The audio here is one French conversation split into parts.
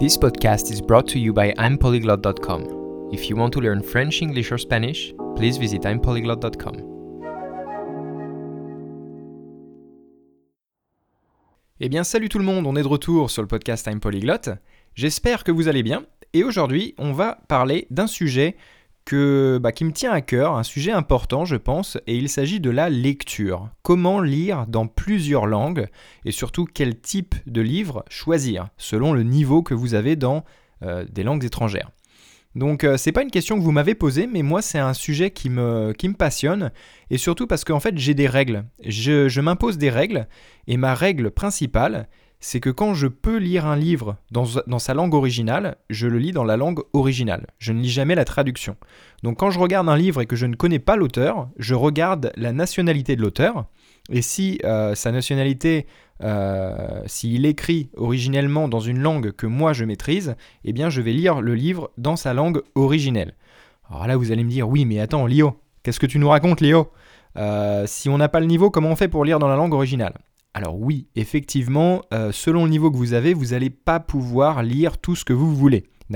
This podcast is brought to you by I'mPolyglot.com. If you want to learn French, English or Spanish, please visit I'mPolyglot.com. Eh bien salut tout le monde, on est de retour sur le podcast I'mPolyglot. J'espère que vous allez bien et aujourd'hui on va parler d'un sujet qui me tient à cœur, un sujet important je pense, et il s'agit de la lecture. Comment lire dans plusieurs langues et surtout quel type de livre choisir selon le niveau que vous avez dans des langues étrangères. Donc c'est pas une question que vous m'avez posée, mais moi c'est un sujet qui me passionne et surtout parce qu'en fait j'ai des règles. Je m'impose des règles et ma règle principale c'est que quand je peux lire un livre dans sa langue originale, je le lis dans la langue originale. Je ne lis jamais la traduction. Donc quand je regarde un livre et que je ne connais pas l'auteur, je regarde la nationalité de l'auteur. Et si sa nationalité, s'il écrit originellement dans une langue que moi je maîtrise, eh bien je vais lire le livre dans sa langue originelle. Alors là vous allez me dire, oui mais attends Léo, qu'est-ce que tu nous racontes Léo ? Si on n'a pas le niveau, comment on fait pour lire dans la langue originale ? Alors oui, effectivement, selon le niveau que vous avez, vous n'allez pas pouvoir lire tout ce que vous voulez, d'accord ?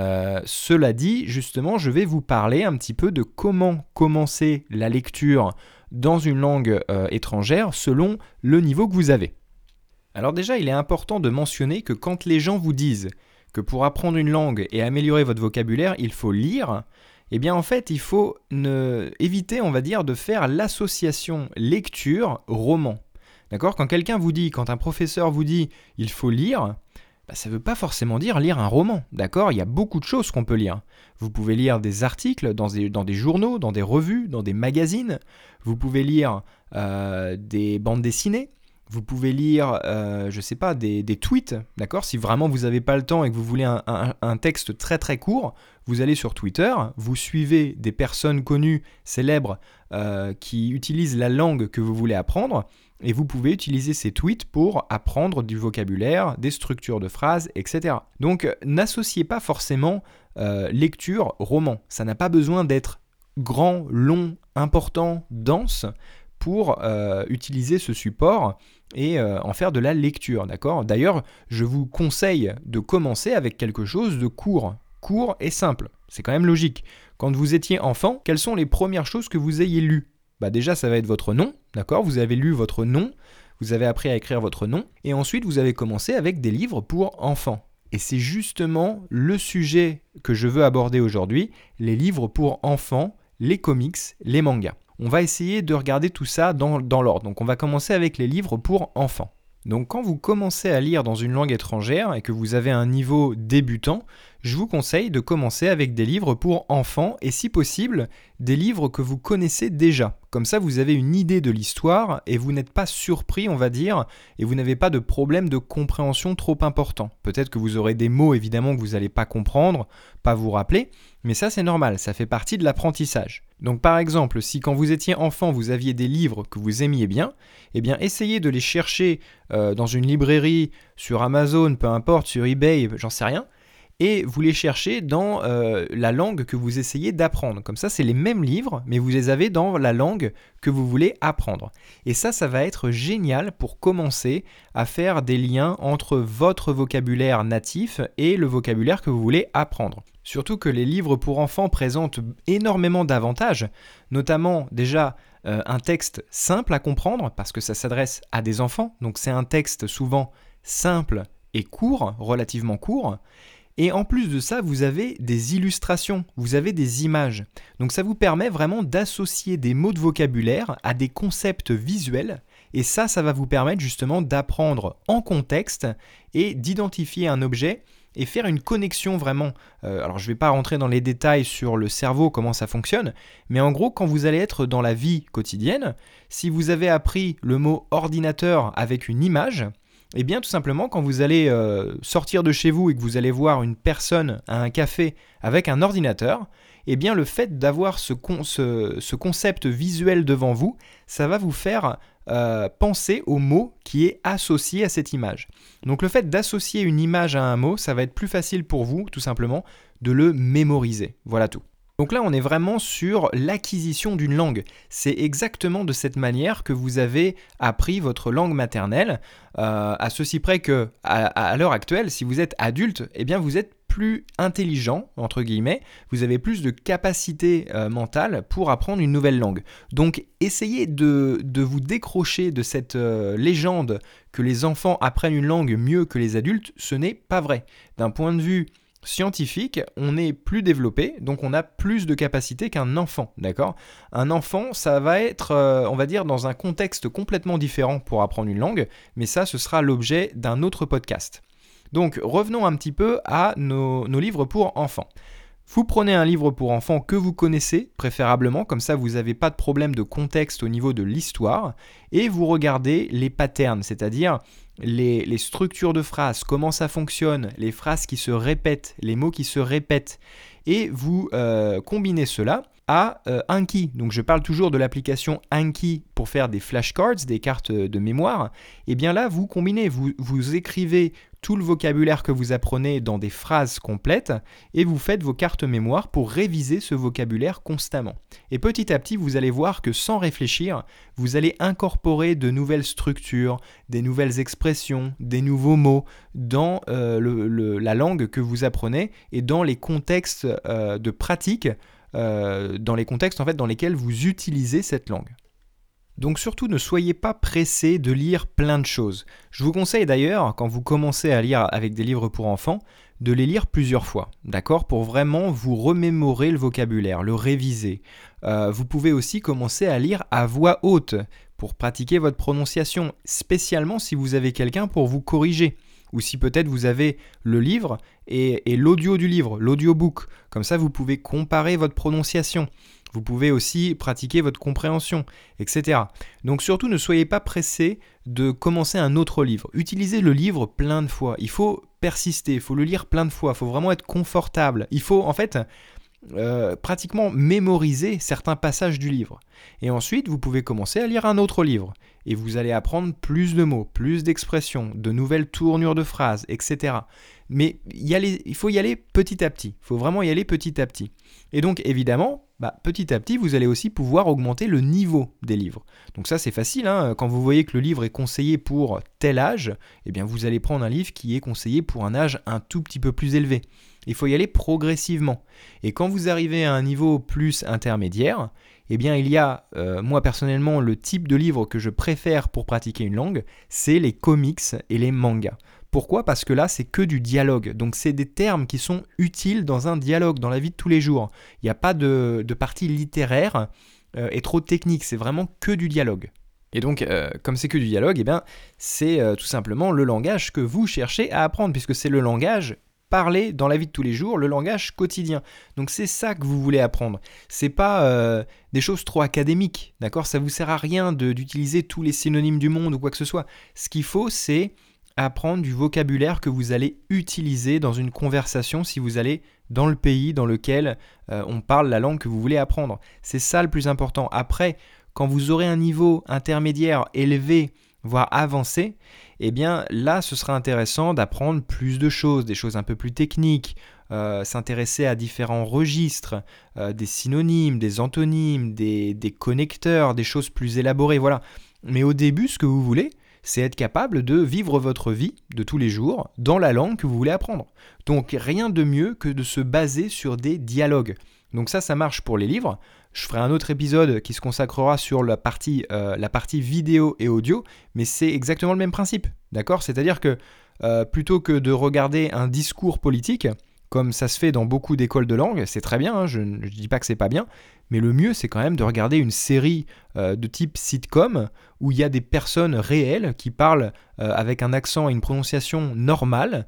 Cela dit, justement, je vais vous parler un petit peu de comment commencer la lecture dans une langue étrangère selon le niveau que vous avez. Alors déjà, il est important de mentionner que quand les gens vous disent que pour apprendre une langue et améliorer votre vocabulaire, il faut lire, eh bien en fait, il faut éviter, on va dire, de faire l'association lecture-roman. D'accord ? Quand quelqu'un vous dit, quand un professeur vous dit « il faut lire », ça ne veut pas forcément dire lire un roman, d'accord ? Il y a beaucoup de choses qu'on peut lire. Vous pouvez lire des articles dans des journaux, dans des revues, dans des magazines. Vous pouvez lire des bandes dessinées. Vous pouvez lire, des tweets, d'accord ? Si vraiment vous n'avez pas le temps et que vous voulez un texte très très court, vous allez sur Twitter, vous suivez des personnes connues, célèbres, qui utilisent la langue que vous voulez apprendre, et vous pouvez utiliser ces tweets pour apprendre du vocabulaire, des structures de phrases, etc. Donc n'associez pas forcément lecture, roman. Ça n'a pas besoin d'être grand, long, important, dense pour utiliser ce support et en faire de la lecture, d'accord ? D'ailleurs, je vous conseille de commencer avec quelque chose de court et simple. C'est quand même logique. Quand vous étiez enfant, quelles sont les premières choses que vous ayez lues ? Déjà, ça va être votre nom, d'accord ? Vous avez lu votre nom, vous avez appris à écrire votre nom, et ensuite vous avez commencé avec des livres pour enfants. Et c'est justement le sujet que je veux aborder aujourd'hui, les livres pour enfants, les comics, les mangas. On va essayer de regarder tout ça dans l'ordre. Donc on va commencer avec les livres pour enfants. Donc quand vous commencez à lire dans une langue étrangère et que vous avez un niveau débutant, je vous conseille de commencer avec des livres pour enfants et si possible, des livres que vous connaissez déjà. Comme ça, vous avez une idée de l'histoire et vous n'êtes pas surpris, on va dire, et vous n'avez pas de problème de compréhension trop important. Peut-être que vous aurez des mots, évidemment, que vous n'allez pas comprendre, pas vous rappeler, mais ça, c'est normal, ça fait partie de l'apprentissage. Donc par exemple, si quand vous étiez enfant, vous aviez des livres que vous aimiez bien, eh bien essayez de les chercher dans une librairie, sur Amazon, peu importe, sur eBay, j'en sais rien, et vous les cherchez dans la langue que vous essayez d'apprendre. Comme ça, c'est les mêmes livres, mais vous les avez dans la langue que vous voulez apprendre. Et ça va être génial pour commencer à faire des liens entre votre vocabulaire natif et le vocabulaire que vous voulez apprendre. Surtout que les livres pour enfants présentent énormément d'avantages, notamment déjà un texte simple à comprendre, parce que ça s'adresse à des enfants, donc c'est un texte souvent simple et court, relativement court. Et en plus de ça, vous avez des illustrations, vous avez des images. Donc ça vous permet vraiment d'associer des mots de vocabulaire à des concepts visuels. Et ça va vous permettre justement d'apprendre en contexte et d'identifier un objet et faire une connexion vraiment. Alors je ne vais pas rentrer dans les détails sur le cerveau, comment ça fonctionne, mais en gros, quand vous allez être dans la vie quotidienne, si vous avez appris le mot ordinateur avec une image, eh bien tout simplement quand vous allez sortir de chez vous et que vous allez voir une personne à un café avec un ordinateur, eh bien le fait d'avoir ce concept visuel devant vous, ça va vous faire penser au mot qui est associé à cette image. Donc le fait d'associer une image à un mot, ça va être plus facile pour vous tout simplement de le mémoriser. Voilà tout. Donc là, on est vraiment sur l'acquisition d'une langue. C'est exactement de cette manière que vous avez appris votre langue maternelle, à ceci près que, à l'heure actuelle, si vous êtes adulte, eh bien vous êtes plus intelligent, entre guillemets, vous avez plus de capacité mentale pour apprendre une nouvelle langue. Donc essayez de vous décrocher de cette légende que les enfants apprennent une langue mieux que les adultes, ce n'est pas vrai. D'un point de vue scientifique, on est plus développé, donc on a plus de capacité qu'un enfant, d'accord ? Un enfant, ça va être, on va dire, dans un contexte complètement différent pour apprendre une langue, mais ça, ce sera l'objet d'un autre podcast. Donc, revenons un petit peu à nos livres pour enfants. Vous prenez un livre pour enfants que vous connaissez, préférablement, comme ça vous n'avez pas de problème de contexte au niveau de l'histoire, et vous regardez les patterns, c'est-à-dire les structures de phrases, comment ça fonctionne, les phrases qui se répètent, les mots qui se répètent, et vous combinez cela à Anki. Donc je parle toujours de l'application Anki pour faire des flashcards, des cartes de mémoire. Et bien là, vous combinez, vous écrivez tout le vocabulaire que vous apprenez dans des phrases complètes et vous faites vos cartes mémoire pour réviser ce vocabulaire constamment. Et petit à petit, vous allez voir que sans réfléchir, vous allez incorporer de nouvelles structures, des nouvelles expressions, des nouveaux mots dans la langue que vous apprenez et dans les contextes de pratique, dans les contextes en fait dans lesquels vous utilisez cette langue. Donc surtout ne soyez pas pressés de lire plein de choses. Je vous conseille d'ailleurs, quand vous commencez à lire avec des livres pour enfants, de les lire plusieurs fois, d'accord ? Pour vraiment vous remémorer le vocabulaire, le réviser. Vous pouvez aussi commencer à lire à voix haute pour pratiquer votre prononciation, spécialement si vous avez quelqu'un pour vous corriger. Ou si peut-être vous avez le livre et l'audio du livre, l'audiobook. Comme ça, vous pouvez comparer votre prononciation. Vous pouvez aussi pratiquer votre compréhension, etc. Donc surtout, ne soyez pas pressés de commencer un autre livre. Utilisez le livre plein de fois. Il faut persister, il faut le lire plein de fois. Il faut vraiment être confortable. Il faut en fait pratiquement mémoriser certains passages du livre. Et ensuite, vous pouvez commencer à lire un autre livre. Et vous allez apprendre plus de mots, plus d'expressions, de nouvelles tournures de phrases, etc. Mais il faut y aller petit à petit. Il faut vraiment y aller petit à petit. Et donc, évidemment, petit à petit, vous allez aussi pouvoir augmenter le niveau des livres. Donc ça, c'est facile. Quand vous voyez que le livre est conseillé pour tel âge, eh bien, vous allez prendre un livre qui est conseillé pour un âge un tout petit peu plus élevé. Il faut y aller progressivement. Et quand vous arrivez à un niveau plus intermédiaire, eh bien, il y a, moi personnellement, le type de livre que je préfère pour pratiquer une langue, c'est les comics et les mangas. Pourquoi ? Parce que là, c'est que du dialogue. Donc, c'est des termes qui sont utiles dans un dialogue, dans la vie de tous les jours. Il n'y a pas de partie littéraire et trop technique. C'est vraiment que du dialogue. Et donc, comme c'est que du dialogue, eh bien, c'est tout simplement le langage que vous cherchez à apprendre, puisque c'est le langage parler dans la vie de tous les jours, le langage quotidien. Donc c'est ça que vous voulez apprendre. C'est pas des choses trop académiques, d'accord ? Ça vous sert à rien d'utiliser tous les synonymes du monde ou quoi que ce soit. Ce qu'il faut, c'est apprendre du vocabulaire que vous allez utiliser dans une conversation si vous allez dans le pays dans lequel on parle la langue que vous voulez apprendre. C'est ça le plus important. Après, quand vous aurez un niveau intermédiaire élevé, voire avancé, eh bien là, ce sera intéressant d'apprendre plus de choses, des choses un peu plus techniques, s'intéresser à différents registres, des synonymes, des antonymes, des connecteurs, des choses plus élaborées, voilà. Mais au début, ce que vous voulez, c'est être capable de vivre votre vie de tous les jours dans la langue que vous voulez apprendre. Donc rien de mieux que de se baser sur des dialogues. Donc ça marche pour les livres. Je ferai un autre épisode qui se consacrera sur la partie vidéo et audio, mais c'est exactement le même principe, d'accord ? C'est-à-dire que plutôt que de regarder un discours politique, comme ça se fait dans beaucoup d'écoles de langue, c'est très bien, je ne dis pas que c'est pas bien, mais le mieux c'est quand même de regarder une série de type sitcom où il y a des personnes réelles qui parlent avec un accent et une prononciation normale,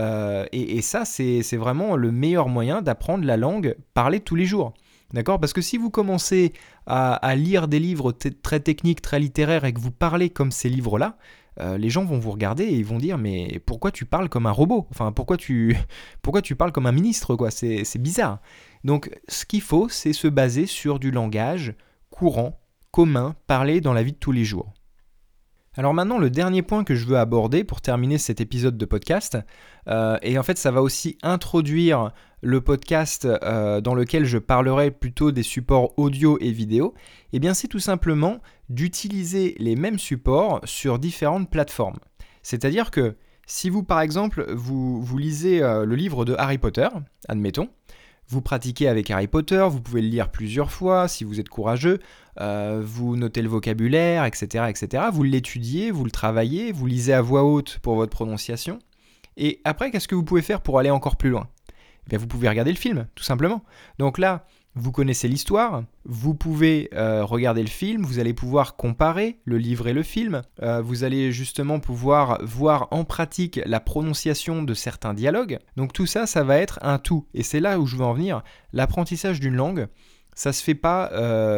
et ça c'est vraiment le meilleur moyen d'apprendre la langue parlée tous les jours. D'accord ? Parce que si vous commencez à lire des livres très techniques, très littéraires et que vous parlez comme ces livres-là, les gens vont vous regarder et ils vont dire « Mais pourquoi tu parles comme un robot ? Enfin, pourquoi tu parles comme un ministre, quoi ? C'est bizarre. » Donc, ce qu'il faut, c'est se baser sur du langage courant, commun, parlé dans la vie de tous les jours. Alors maintenant, le dernier point que je veux aborder pour terminer cet épisode de podcast, et en fait ça va aussi introduire le podcast dans lequel je parlerai plutôt des supports audio et vidéo, et bien c'est tout simplement d'utiliser les mêmes supports sur différentes plateformes. C'est-à-dire que si vous par exemple vous lisez le livre de Harry Potter, admettons, vous pratiquez avec Harry Potter, vous pouvez le lire plusieurs fois si vous êtes courageux, vous notez le vocabulaire, etc., etc. Vous l'étudiez, vous le travaillez, vous lisez à voix haute pour votre prononciation. Et après, qu'est-ce que vous pouvez faire pour aller encore plus loin ? Eh bien, vous pouvez regarder le film, tout simplement. Donc là, vous connaissez l'histoire, vous pouvez regarder le film, vous allez pouvoir comparer le livre et le film, vous allez justement pouvoir voir en pratique la prononciation de certains dialogues. Donc tout ça, ça va être un tout. Et c'est là où je veux en venir. L'apprentissage d'une langue, ça se fait pas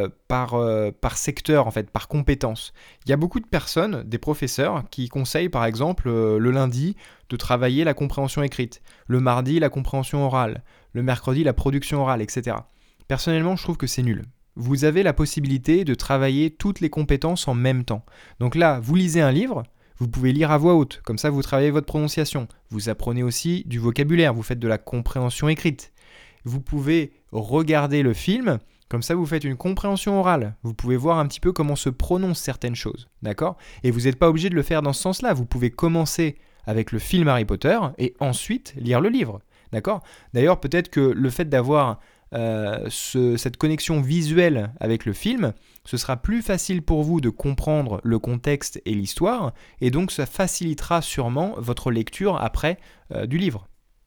par secteur, en fait, par compétence. Il y a beaucoup de personnes, des professeurs, qui conseillent par exemple le lundi de travailler la compréhension écrite, le mardi la compréhension orale, le mercredi la production orale, etc. Personnellement, je trouve que c'est nul. Vous avez la possibilité de travailler toutes les compétences en même temps. Donc là, vous lisez un livre, vous pouvez lire à voix haute, comme ça vous travaillez votre prononciation. Vous apprenez aussi du vocabulaire, vous faites de la compréhension écrite. Vous pouvez regarder le film, comme ça vous faites une compréhension orale. Vous pouvez voir un petit peu comment se prononcent certaines choses, d'accord ? Et vous n'êtes pas obligé de le faire dans ce sens-là. Vous pouvez commencer avec le film Harry Potter et ensuite lire le livre, d'accord ? D'ailleurs, peut-être que le fait d'avoir cette connexion visuelle avec le film, ce sera plus facile pour vous de comprendre le contexte et l'histoire, et donc ça facilitera sûrement votre lecture après du livre.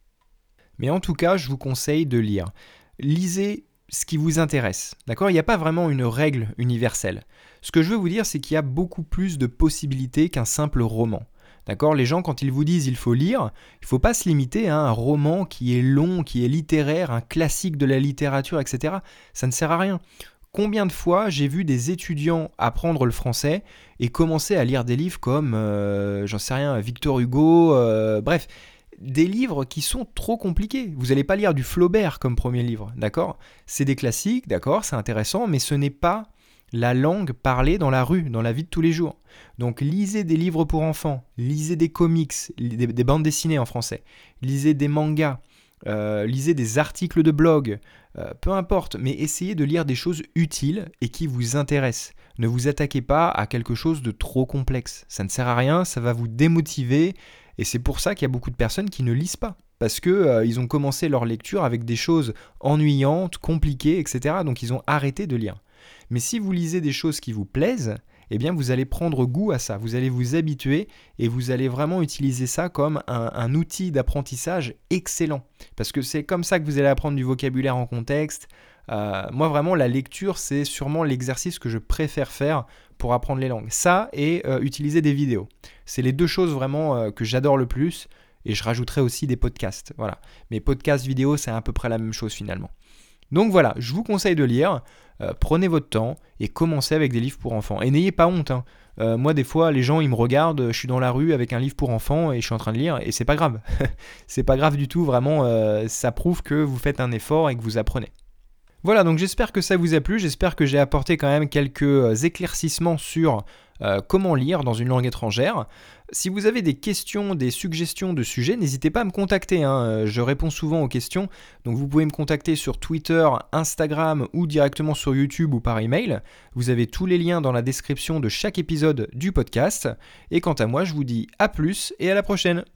Mais en tout cas, je vous conseille de lire. Lisez ce qui vous intéresse, d'accord ? Il n'y a pas vraiment une règle universelle. Ce que je veux vous dire, c'est qu'il y a beaucoup plus de possibilités qu'un simple roman. D'accord ? Les gens, quand ils vous disent il faut lire, il ne faut pas se limiter à un roman qui est long, qui est littéraire, un classique de la littérature, etc. Ça ne sert à rien. Combien de fois j'ai vu des étudiants apprendre le français et commencer à lire des livres comme, j'en sais rien, Victor Hugo, bref, des livres qui sont trop compliqués. Vous n'allez pas lire du Flaubert comme premier livre, d'accord ? C'est des classiques, d'accord, c'est intéressant, mais ce n'est pas la langue parlée dans la rue, dans la vie de tous les jours. Donc lisez des livres pour enfants, lisez des comics, des bandes dessinées en français, lisez des mangas, lisez des articles de blog, peu importe, mais essayez de lire des choses utiles et qui vous intéressent. Ne vous attaquez pas à quelque chose de trop complexe. Ça ne sert à rien, ça va vous démotiver, et c'est pour ça qu'il y a beaucoup de personnes qui ne lisent pas. Parce qu'ils ont commencé leur lecture avec des choses ennuyantes, compliquées, etc. Donc ils ont arrêté de lire. Mais si vous lisez des choses qui vous plaisent, eh bien vous allez prendre goût à ça, vous allez vous habituer et vous allez vraiment utiliser ça comme un outil d'apprentissage excellent. Parce que c'est comme ça que vous allez apprendre du vocabulaire en contexte. Moi vraiment la lecture c'est sûrement l'exercice que je préfère faire pour apprendre les langues. Ça et utiliser des vidéos. C'est les deux choses vraiment que j'adore le plus et je rajouterai aussi des podcasts. Voilà. Mais podcasts, vidéos c'est à peu près la même chose finalement. Donc voilà, je vous conseille de lire, prenez votre temps et commencez avec des livres pour enfants. Et n'ayez pas honte, hein. Moi des fois les gens ils me regardent, je suis dans la rue avec un livre pour enfants et je suis en train de lire et c'est pas grave. C'est pas grave du tout, vraiment ça prouve que vous faites un effort et que vous apprenez. Voilà, donc j'espère que ça vous a plu, j'espère que j'ai apporté quand même quelques éclaircissements sur comment lire dans une langue étrangère. Si vous avez des questions, des suggestions de sujets, n'hésitez pas à me contacter, hein. Je réponds souvent aux questions, donc vous pouvez me contacter sur Twitter, Instagram ou directement sur YouTube ou par email. Vous avez tous les liens dans la description de chaque épisode du podcast. Et quant à moi, je vous dis à plus et à la prochaine.